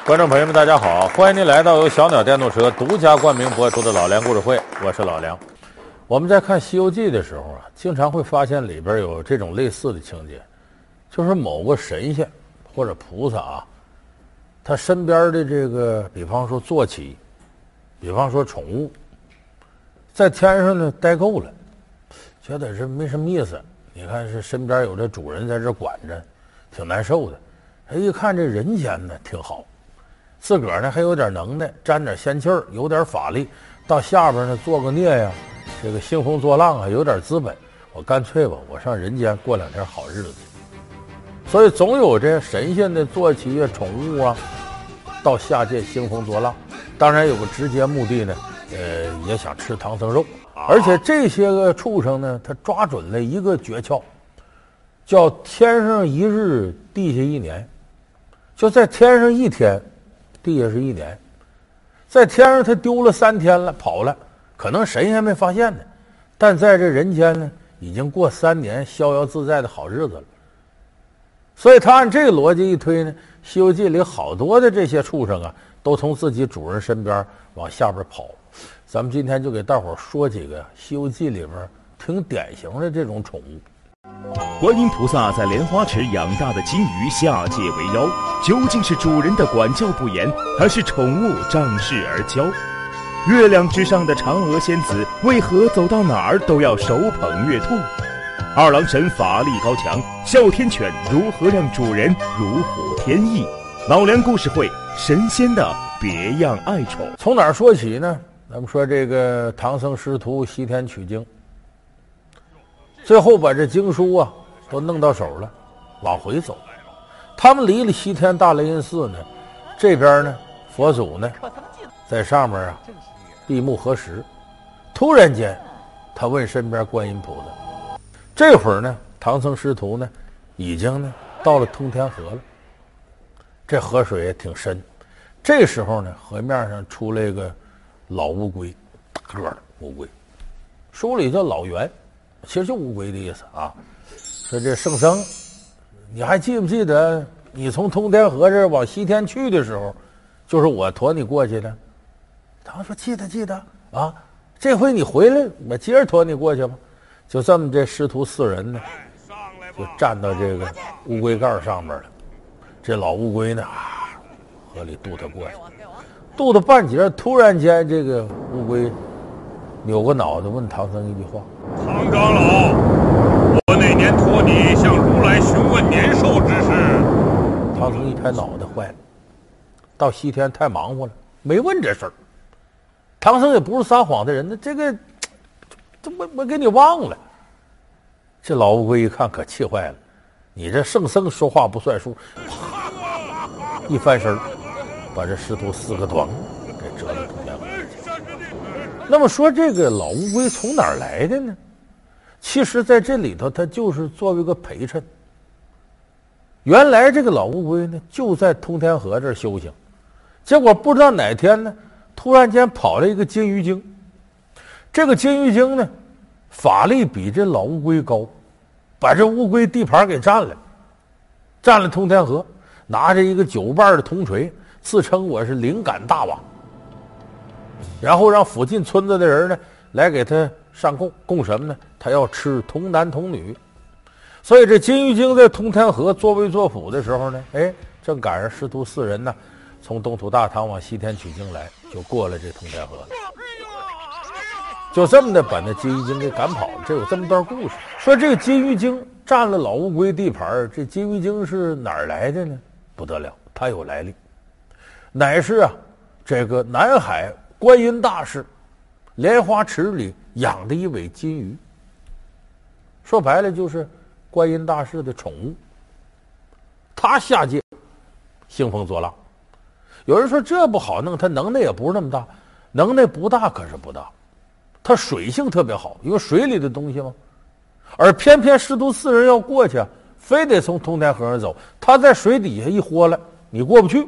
观众朋友们，大家好，欢迎您来到由小鸟电动车独家冠名播出的老梁故事会，我是老梁。我们在看《西游记》的时候啊，经常会发现里边有这种类似的情节，就是某个神仙或者菩萨啊，他身边的这个，比方说坐骑，比方说宠物，在天上呢待够了，觉得这没什么意思。你看是身边有这主人在这管着，挺难受的。一看这人间呢挺好。自个儿呢还有点能耐，沾点仙气儿，有点法力，到下边呢做个孽呀，这个兴风作浪啊，有点资本，我干脆吧，我上人间过两天好日子。所以总有这神仙的坐骑啊、宠物啊，到下界兴风作浪。当然有个直接目的呢，也想吃唐僧肉。而且这些个畜生呢，他抓准了一个诀窍，叫天上一日，地下一年。就在天上一天，地下是一年。在天上他丢了3天了，跑了，可能神仙没发现呢，但在这人间呢，已经过3年逍遥自在的好日子了。所以他按这个逻辑一推呢，《西游记》里好多的这些畜生啊，都从自己主人身边往下边跑。咱们今天就给大伙儿说几个《西游记》里边挺典型的这种宠物。 观音菩萨在莲花池养大的金鱼下界为妖，究竟是主人的管教不严，还是宠物仗势而骄？月亮之上的嫦娥仙子为何走到哪儿都要手捧月兔？二郎神法力高强，哮天犬如何让主人如虎添翼？老梁故事会，神仙的别样爱宠。 从哪儿说起呢？咱们说这个唐僧师徒西天取经，最后把这经书啊都弄到手了，往回走。他们离了西天大雷音寺呢，这边呢佛祖呢在上面啊闭目合十。突然间他问身边观音菩萨，这会儿呢唐僧师徒呢已经呢到了通天河了，这河水也挺深。这时候呢河面上出来一个老乌龟，大个的乌龟，书里叫老猿，其实就乌龟的意思啊。说这圣僧，你还记不记得你从通天河这往西天去的时候，就是我驮你过去的？他说记得啊，这回你回来，我接着驮你过去吧。就这么这师徒4人呢，就站到这个乌龟盖上面了。这老乌龟呢，河里渡他过去，渡到半截，突然间这个乌龟扭过脑袋问唐僧一句话： 唐长老，我那年托你向如来询问年寿之事。 唐僧一拍脑袋，坏了，到西天太忙活了，没问这事儿。唐僧也不是撒谎的人，那这个我给你忘了。这老乌龟一看可气坏了，你这圣僧说话不算数，一翻身把这师徒4个短给折了通天河去。那么说这个老乌龟从哪儿来的呢？其实在这里头它就是作为一个陪衬。原来这个老乌龟呢就在通天河这儿修行，结果不知道哪天呢突然间跑了一个金鱼精。这个金鱼精呢法力比这老乌龟高，把这乌龟地盘给占了通天河，拿着一个9瓣的铜锤，自称我是灵感大王，然后让附近村子的人呢来给他上供什么呢？他要吃童男童女。所以这金鱼精在通天河作威作福的时候呢，正赶上师徒4人呢从东土大唐往西天取经来，就过了这通天河了。就这么的把那金鱼精给赶跑了。这有这么段故事，说这个金鱼精占了老乌龟地盘，这金鱼精是哪儿来的呢？不得了，它有来历，乃是啊这个南海观音大士莲花池里养的一尾金鱼。说白了就是观音大士的宠物。他下界兴风作浪，有人说这不好弄，他能耐也不是那么大，能耐不大可是不大，他水性特别好，因为水里的东西嘛。而偏偏师徒4人要过去，非得从通天河上走，他在水底下一豁了，你过不去。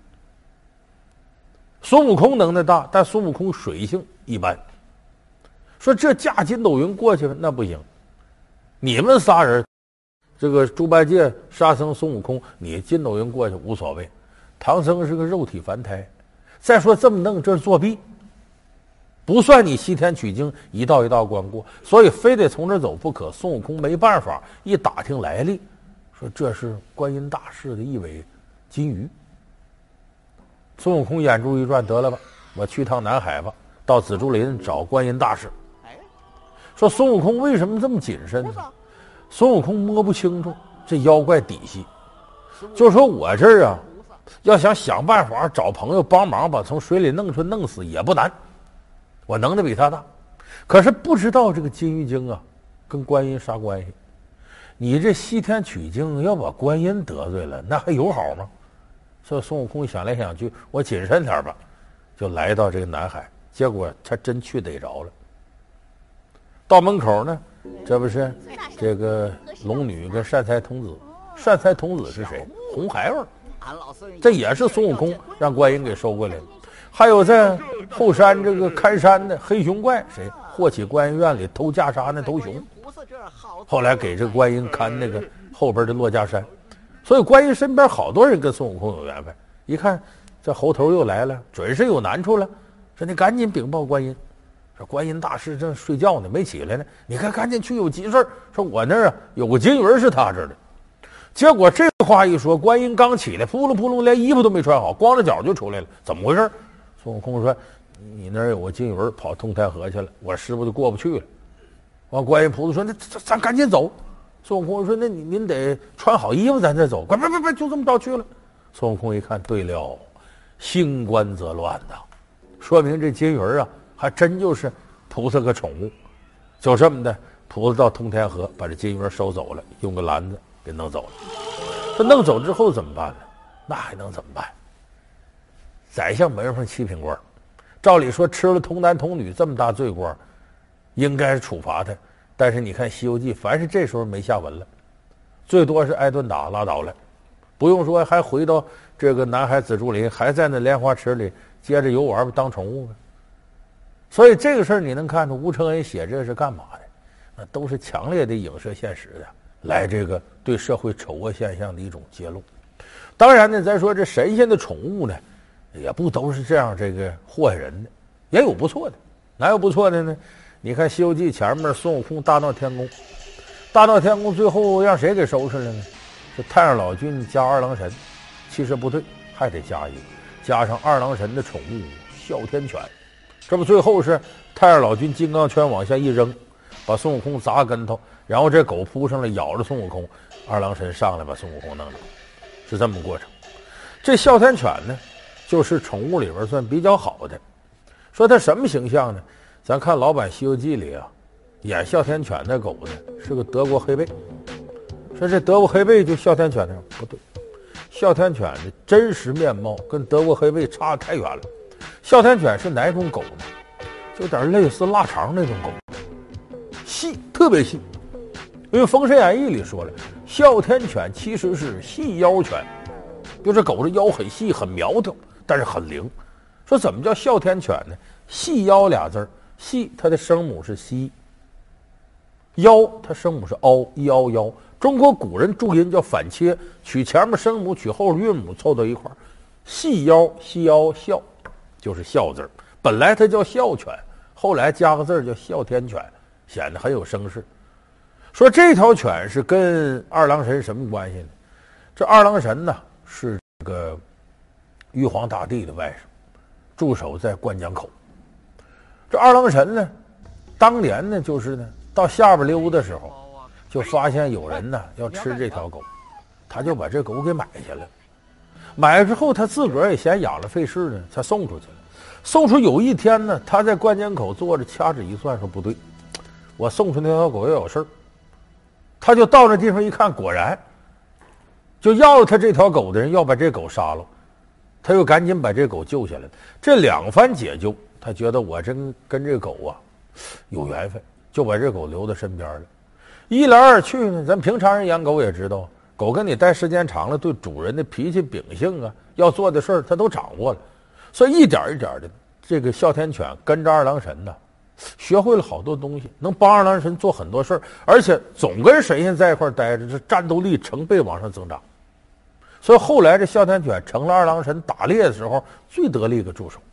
孙悟空能耐大，但孙悟空水性一般。说这架筋斗云过去那不行，你们仨人，这个猪八戒、沙僧、孙悟空，你筋斗云过去无所谓， 唐僧是个肉体凡胎，再说这么弄，这是作弊，不算你西天取经一道一道关过，所以非得从这走不可。孙悟空没办法，一打听来历，说这是观音大士的一尾金鱼。孙悟空眼珠一转，得了吧，我去趟南海吧，到紫竹林找观音大士。说孙悟空为什么这么谨慎呢？孙悟空摸不清楚这妖怪底细，就说我这儿啊，要想办法找朋友帮忙把从水里弄出弄死也不难，我能耐比他大。可是不知道这个金鱼精啊跟观音啥关系。你这西天取经要把观音得罪了，那还有好吗？所以孙悟空想来想去，我谨慎点吧，就来到这个南海。结果他真去逮着了。到门口呢，这不是这个龙女跟善财童子。善财童子是谁？红孩儿，这也是孙悟空让观音给收过来的。还有在后山这个看山的黑熊怪，谁？霍启观音院里偷袈裟那头熊，后来给这个观音看那个后边的落家山。所以观音身边好多人跟孙悟空有缘分。一看这猴头又来了，准是有难处了，说你赶紧禀报观音。说观音大师正睡觉呢，没起来呢，你看赶紧去，有急事。说我那儿啊有个金鱼是他这儿的。结果这话一说，观音刚起来，扑棱扑棱连衣服都没穿好，光着脚就出来了。怎么回事？孙悟空说你那儿有个金鱼跑通天河去了，我师傅就过不去了。完观音菩萨说那咱赶紧走。孙悟空说那您得穿好衣服咱再走。别就这么着去了。孙悟空一看，对了，兴官则乱呐，说明这金鱼啊还真就是菩萨个宠物。就这么的，菩萨到通天河把这金鱼收走了，用个篮子给弄走了。这弄走之后怎么办呢？那还能怎么办？宰相门上七品官，照理说吃了童男童女这么大罪过，应该是处罚他。但是你看《西游记》，凡是这时候没下文了，最多是挨顿打拉倒了，不用说还回到这个南海紫竹林，还在那莲花池里接着游玩当宠物呗。所以这个事儿你能看出吴承恩写这是干嘛的？那都是强烈的影射现实的，来这个对社会丑恶现象的一种揭露。当然呢，咱说这神仙的宠物呢，也不都是这样这个祸害人的，也有不错的。哪有不错的呢？你看《西游记》前面孙悟空大闹天宫，大闹天宫最后让谁给收拾了呢？是太上老君加二郎神。其实不对，还得加一个，加上二郎神的宠物哮天犬。这不最后是太上老君金刚圈往下一扔，把孙悟空砸跟头，然后这狗扑上来咬着孙悟空，二郎神上来把孙悟空弄了，是这么个过程。这哮天犬呢，就是宠物里边算比较好的。说它什么形象呢？咱看老版《西游记》里啊，演哮天犬的狗呢是个德国黑背。说这德国黑背就哮天犬那样，不对，哮天犬的真实面貌跟德国黑背差得太远了。哮天犬是哪种狗呢？就有点类似腊肠那种狗，细，特别细。因为《封神演义》里说了，哮天犬其实是细腰犬，就这狗的腰很细很苗条，但是很灵。说怎么叫哮天犬呢？细腰俩字儿，细它的声母是西，腰它声母是凹，一凹腰。中国古人注音叫反切，取前面声母取后韵母凑到一块儿，细腰细腰哮，就是哮字儿。本来它叫哮犬，后来加个字儿叫哮天犬，显得很有声势。说这条犬是跟二郎神什么关系呢？这二郎神呢是这个玉皇大帝的外甥，驻守在灌江口。这二郎神呢，当年呢就是呢到下边溜的时候，就发现有人呢要吃这条狗，他就把这狗给买下来。买了之后，他自个儿也嫌养了费事呢，才送出去了。送出有一天呢，他在灌江口坐着掐指一算，说不对，我送出那条狗要有事儿。他就到那地方一看，果然就要了他这条狗的人要把这狗杀了，他又赶紧把这狗救下来。这两番解救，他觉得我真跟这狗啊有缘分，就把这狗留在身边了。一来二去呢，咱平常人养狗也知道，狗跟你待时间长了，对主人的脾气秉性啊，要做的事儿他都掌握了，所以一点一点的，这个哮天犬跟着二郎神呢，学会了好多东西，能帮二郎神做很多事儿，而且总跟神仙在一块待着，这战斗力成倍往上增长。 所以后来这哮天犬成了二郎神打猎的时候最得力的助手。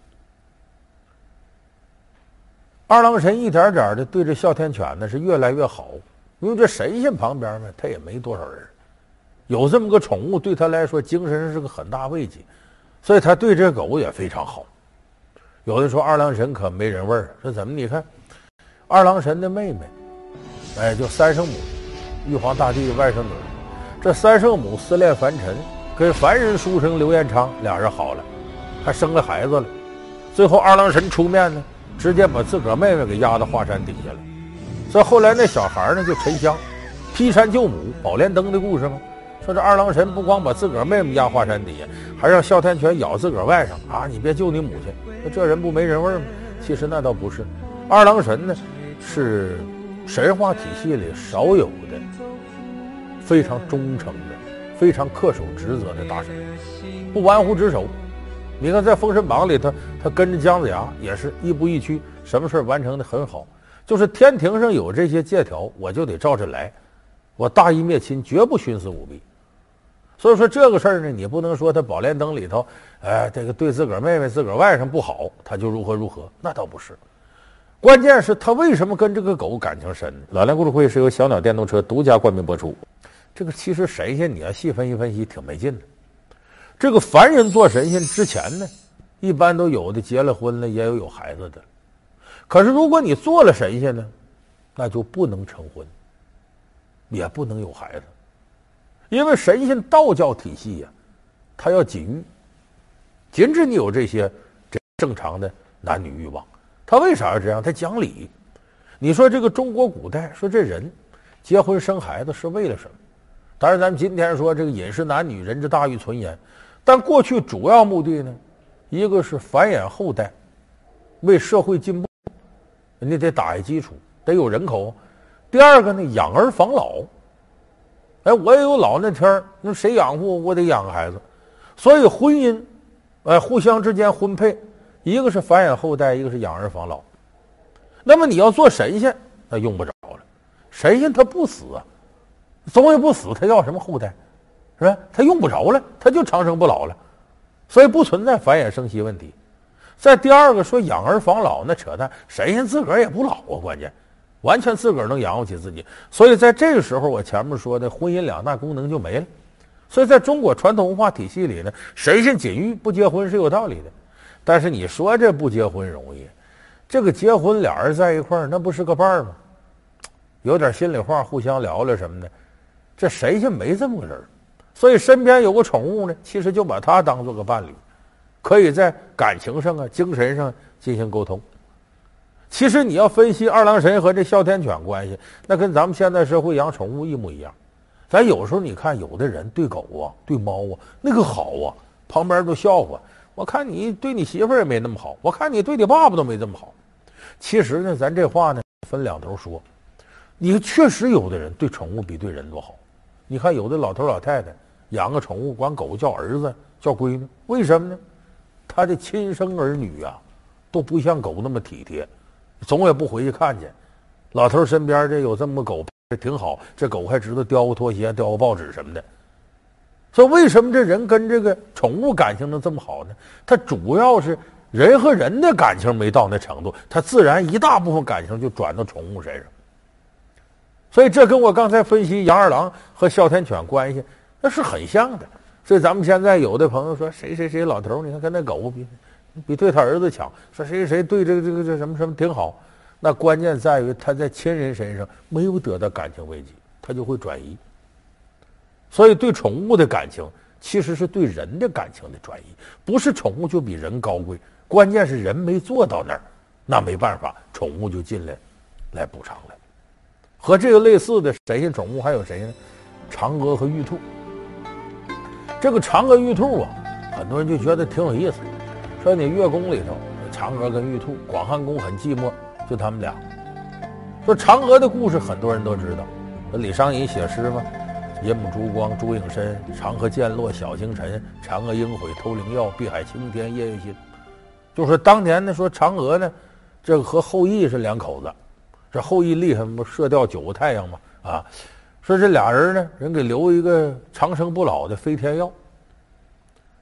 二郎神一点点的对这哮天犬呢是越来越好，因为这神仙旁边呢他也没多少人，有这么个宠物对他来说精神上是个很大慰藉，所以他对这狗也非常好。有的说二郎神可没人味儿，说怎么？你看二郎神的妹妹，就三圣母，玉皇大帝的外甥女，这三圣母思恋凡尘，跟凡人书生刘彦昌俩人好了，还生了孩子了。最后二郎神出面呢，直接把自个儿妹妹给压到华山底下了。所以后来那小孩呢就沉香，劈山救母宝莲灯的故事嘛。说这二郎神不光把自个儿妹妹压华山底下，还让哮天犬咬自个儿外甥啊！你别救你母亲，那这人不没人味吗？其实那倒不是，二郎神呢是神话体系里少有的非常忠诚的、非常恪守职责的大神，不玩忽职守。你看在《封神榜》里头，他跟着姜子牙也是亦步亦趋，什么事完成的很好。就是天庭上有这些借条，我就得照着来，我大义灭亲，绝不徇私舞弊。所以说这个事儿呢，你不能说他宝莲灯里头，这个对自个儿妹妹、自个儿外甥不好，他就如何如何，那倒不是。关键是他为什么跟这个狗感情深呢？老梁故事会是由小鸟电动车独家冠名播出。这个其实神仙你要细分析分析，挺没劲的。这个凡人做神仙之前呢，一般都有的结了婚了，也有孩子的。可是如果你做了神仙呢，那就不能成婚，也不能有孩子。因为神仙道教体系呀，它要禁欲，禁止你有这些正常的男女欲望。他为啥要这样？他讲理。你说这个中国古代说这人结婚生孩子是为了什么？当然咱们今天说这个饮食男女，人之大欲存焉，但过去主要目的呢，一个是繁衍后代，为社会进步，你得打下基础，得有人口。第二个呢，养儿防老。我也有老那天那谁养活我得养个孩子。所以婚姻互相之间婚配，一个是繁衍后代，一个是养儿防老。那么你要做神仙，那用不着了。神仙他不死啊，总也不死，他要什么后代？是吧？他用不着了，他就长生不老了，所以不存在繁衍生息问题。再第二个说养儿防老，那扯淡，神仙自个儿也不老啊，关键完全自个儿能养活起自己。所以在这个时候，我前面说的婚姻两大功能就没了。所以在中国传统文化体系里呢，神仙禁欲不结婚是有道理的。但是你说这不结婚容易，这个结婚俩人在一块儿，那不是个伴儿吗？有点心里话互相聊聊什么的，这神仙没这么个人。所以身边有个宠物呢，其实就把它当做个伴侣，可以在感情上精神上进行沟通。其实你要分析二郎神和这哮天犬关系，那跟咱们现在社会养宠物一模一样。咱有时候你看有的人对狗对猫那个好旁边都笑话，我看你对你媳妇儿也没那么好，我看你对你爸爸都没这么好。其实呢，咱这话呢分两头说。你确实有的人对宠物比对人都好。你看有的老头老太太养个宠物，管狗叫儿子叫闺女，为什么呢？他的亲生儿女都不像狗那么体贴，总也不回去看见。老头身边这有这么个狗挺好，这狗还知道叼个拖鞋叼个报纸什么的。所以为什么这人跟这个宠物感情能这么好呢？他主要是人和人的感情没到那程度，他自然一大部分感情就转到宠物身上。所以这跟我刚才分析杨二郎和哮天犬关系那是很像的。所以咱们现在有的朋友说谁谁谁老头你看跟那狗比对他儿子强，说谁谁对这什么什么挺好，那关键在于他在亲人身上没有得到感情慰藉，他就会转移。所以对宠物的感情其实是对人的感情的转移，不是宠物就比人高贵，关键是人没做到那儿，那没办法，宠物就进来补偿了。和这个类似的神仙宠物还有谁呢？嫦娥和玉兔。这个嫦娥玉兔很多人就觉得挺有意思，说你月宫里头嫦娥跟玉兔，广寒宫很寂寞，就他们俩。说嫦娥的故事很多人都知道，李商隐写诗嘛，银幕烛光烛影深，长河渐落晓星沉，嫦娥应悔偷灵药，碧海青天夜月心。就说当年呢，说嫦娥呢，这个和后羿是两口子，这后羿厉害吗？射掉9个太阳嘛，说这俩人呢，人给留一个长生不老的飞天药，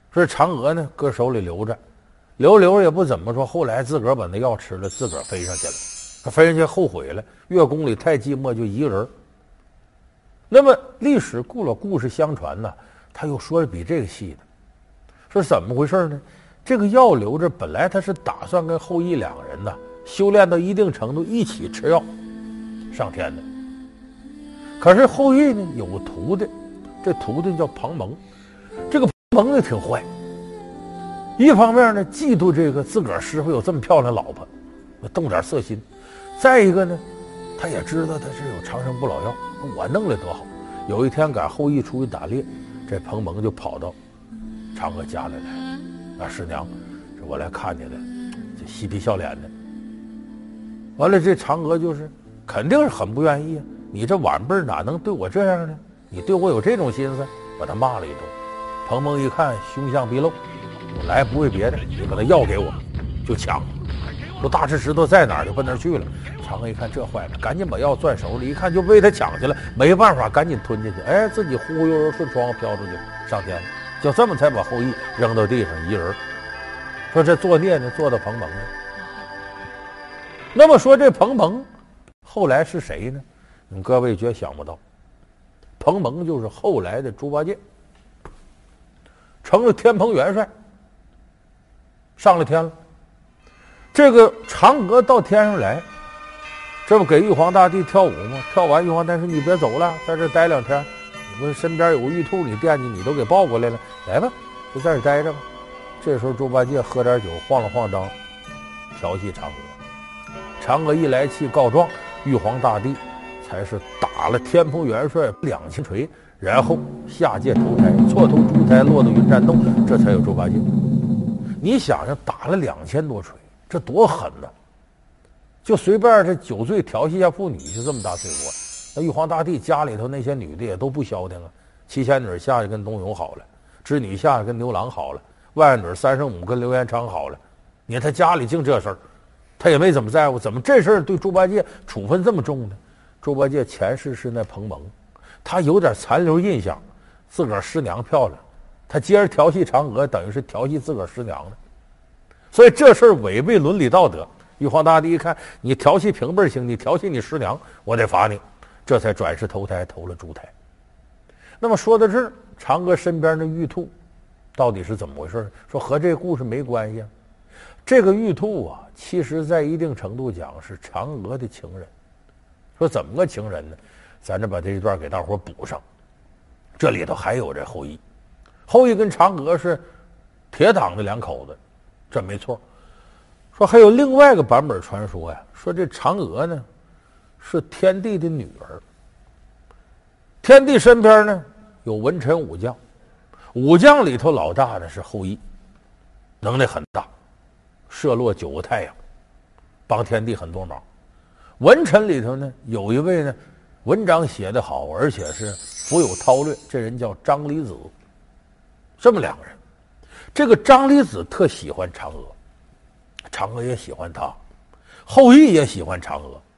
说嫦娥呢搁手里留着，留也不怎么说，后来自个儿把那药吃了，自个儿飞上去了。他飞上去后悔了，月宫里太寂寞，就一个人。那么历史故事相传呢，他又说比这个细的，说怎么回事呢？这个药留着，本来他是打算跟后羿两个人呢修炼到一定程度一起吃药上天的。可是后羿呢有个徒弟，这徒弟叫彭蒙，这个彭蒙呢挺坏，一方面呢嫉妒这个自个儿师傅有这么漂亮老婆，动点色心；再一个呢，他也知道他是有长生不老药，我弄来多好。有一天赶后羿出去打猎，这彭蒙就跑到嫦娥家里来，师娘，我来看你了，就嬉皮笑脸的。完了，这嫦娥就是肯定是很不愿意啊！你这晚辈哪能对我这样呢？你对我有这种心思，把他骂了一顿。彭蒙一看凶相毕露，我来不为别的，你把他药给我，就抢。说大石石头在哪儿，就奔那儿去了。嫦娥一看这坏了，赶紧把药攥手里，一看就被他抢去了，没办法，赶紧吞进去。哎，自己忽忽悠悠顺窗户飘出去上天了，就这么才把后羿扔到地上一人。说这作孽呢，做到彭蒙了。那么说这彭蒙后来是谁呢？你们各位绝想不到，彭蒙就是后来的猪八戒，成了天蓬元帅，上了天了。这个嫦娥到天上来，这不给玉皇大帝跳舞吗？跳完玉皇大帝说你别走了，在这待2天，你不身边有个玉兔你惦记，你都给抱过来了，来吧，就在这待着吧。这时候猪八戒喝点酒，晃了晃裆，调戏嫦娥。嫦娥一来气告状，玉皇大帝才是打了天蓬元帅2000锤，然后下界投胎，错投猪胎，落到云栈洞，这才有猪八戒。你想想，打了2000多锤，这多狠呐！就随便这酒醉调戏一下妇女，就这么大罪过。那玉皇大帝家里头那些女的也都不消停啊，七仙女下去跟东游好了，织女下去跟牛郎好了，外女三圣母跟刘延昌好了。你看他家里净这事儿，他也没怎么在乎，怎么这事儿对猪八戒处分这么重呢？猪八戒前世是那彭蒙，他有点残留印象，自个儿师娘漂亮，他接着调戏嫦娥，等于是调戏自个儿师娘了。所以这事儿违背伦理道德。玉皇大帝一看你调戏平辈行，你调戏你师娘，我得罚你，这才转世投胎投了猪胎。那么说到这儿，嫦娥身边的玉兔到底是怎么回事？说和这个故事没关系啊。这个玉兔啊，其实在一定程度讲是嫦娥的情人。说怎么个情人呢？咱这把这一段给大伙补上。这里头还有这后羿，后羿跟嫦娥是铁党的2口子，这没错。说还有另外一个版本传说呀，说这嫦娥呢是天帝的女儿。天帝身边呢有文臣武将，武将里头老大的是后羿，能耐很大，射落9个太阳，帮天帝很多忙。文臣里头呢有一位呢文章写得好，而且是富有韬略，这人叫张离子。这么2个人，这个张离子特喜欢嫦娥，嫦娥也喜欢他，后羿也喜欢嫦娥。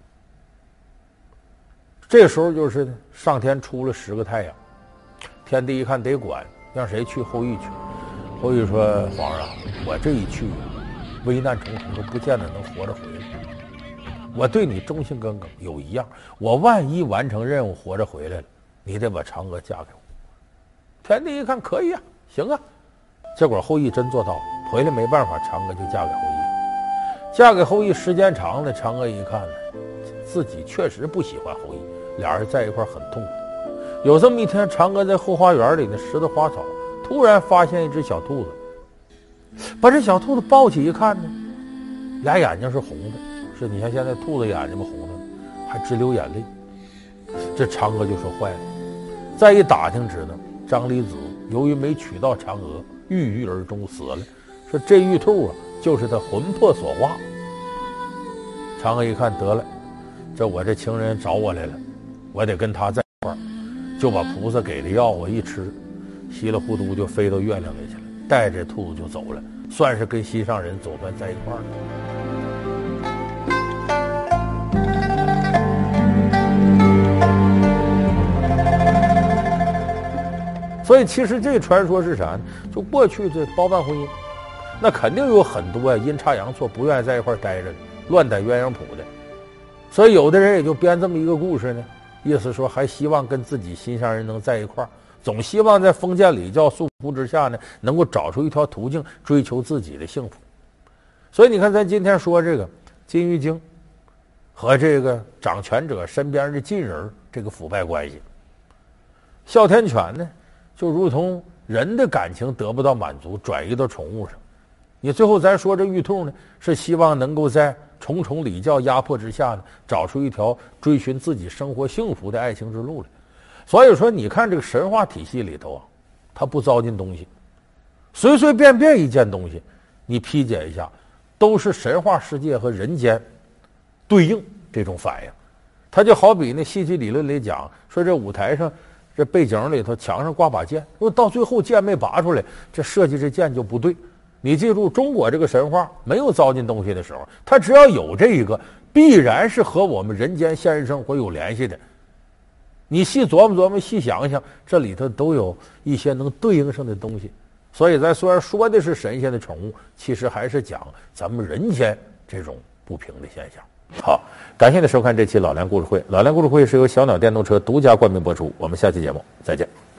这时候就是呢，上天出了10个太阳，天帝一看得管，让谁去？后羿去。后羿说：“皇上，我这一去，危难重重，都不见得能活着回来。我对你忠心耿耿，有一样，我万一完成任务活着回来了，你得把嫦娥嫁给我。”天帝一看可以啊，行啊。结果后羿真做到了，回来没办法，嫦娥就嫁给后羿。嫁给后羿时间长了，嫦娥一看呢，自己确实不喜欢后羿，俩人在一块很痛苦。有这么一天，嫦娥在后花园里呢拾掇花草，突然发现一只小兔子，把这小兔子抱起一看呢，俩眼睛是红的，是你像现在兔子眼睛不红的，还直流眼泪。这嫦娥就说坏了，再一打听知道，张离子由于没娶到嫦娥，郁郁而终死了。说这玉兔啊，就是他魂魄所化。嫦娥一看得了，这我这情人找我来了，我得跟他在一块儿，就把菩萨给的药啊一吃，稀里糊涂就飞到月亮里去了，带着兔子就走了，算是跟心上人走算在一块儿了。 所以其实这传说是啥呢？就过去这包办婚姻，那肯定有很多阴差阳错不愿意在一块待着的，乱逮鸳鸯谱的。所以有的人也就编这么一个故事呢，意思说还希望跟自己心上人能在一块儿，总希望在封建礼教束缚之下呢，能够找出一条途径追求自己的幸福。所以你看咱今天说这个金玉京和这个掌权者身边的近人这个腐败关系，哮天犬呢就如同人的感情得不到满足，转移到宠物上。你最后咱说这玉兔呢，是希望能够在重重礼教压迫之下呢，找出一条追寻自己生活幸福的爱情之路来。所以说你看这个神话体系里头啊，它不糟践东西，随随便便一件东西你批解一下，都是神话世界和人间对应这种反应。它就好比那戏剧理论里讲说，这舞台上这背景里头墙上挂把剑，如果到最后剑没拔出来，这设计这剑就不对。你记住，中国这个神话没有糟践东西的时候，它只要有这一个，必然是和我们人间现实生活有联系的。你细琢磨琢磨，细想想，这里头都有一些能对应上的东西。所以咱虽然说的是神仙的宠物，其实还是讲咱们人间这种不平的现象。好，感谢您收看这期老梁故事会。老梁故事会是由小鸟电动车独家冠名播出，我们下期节目再见。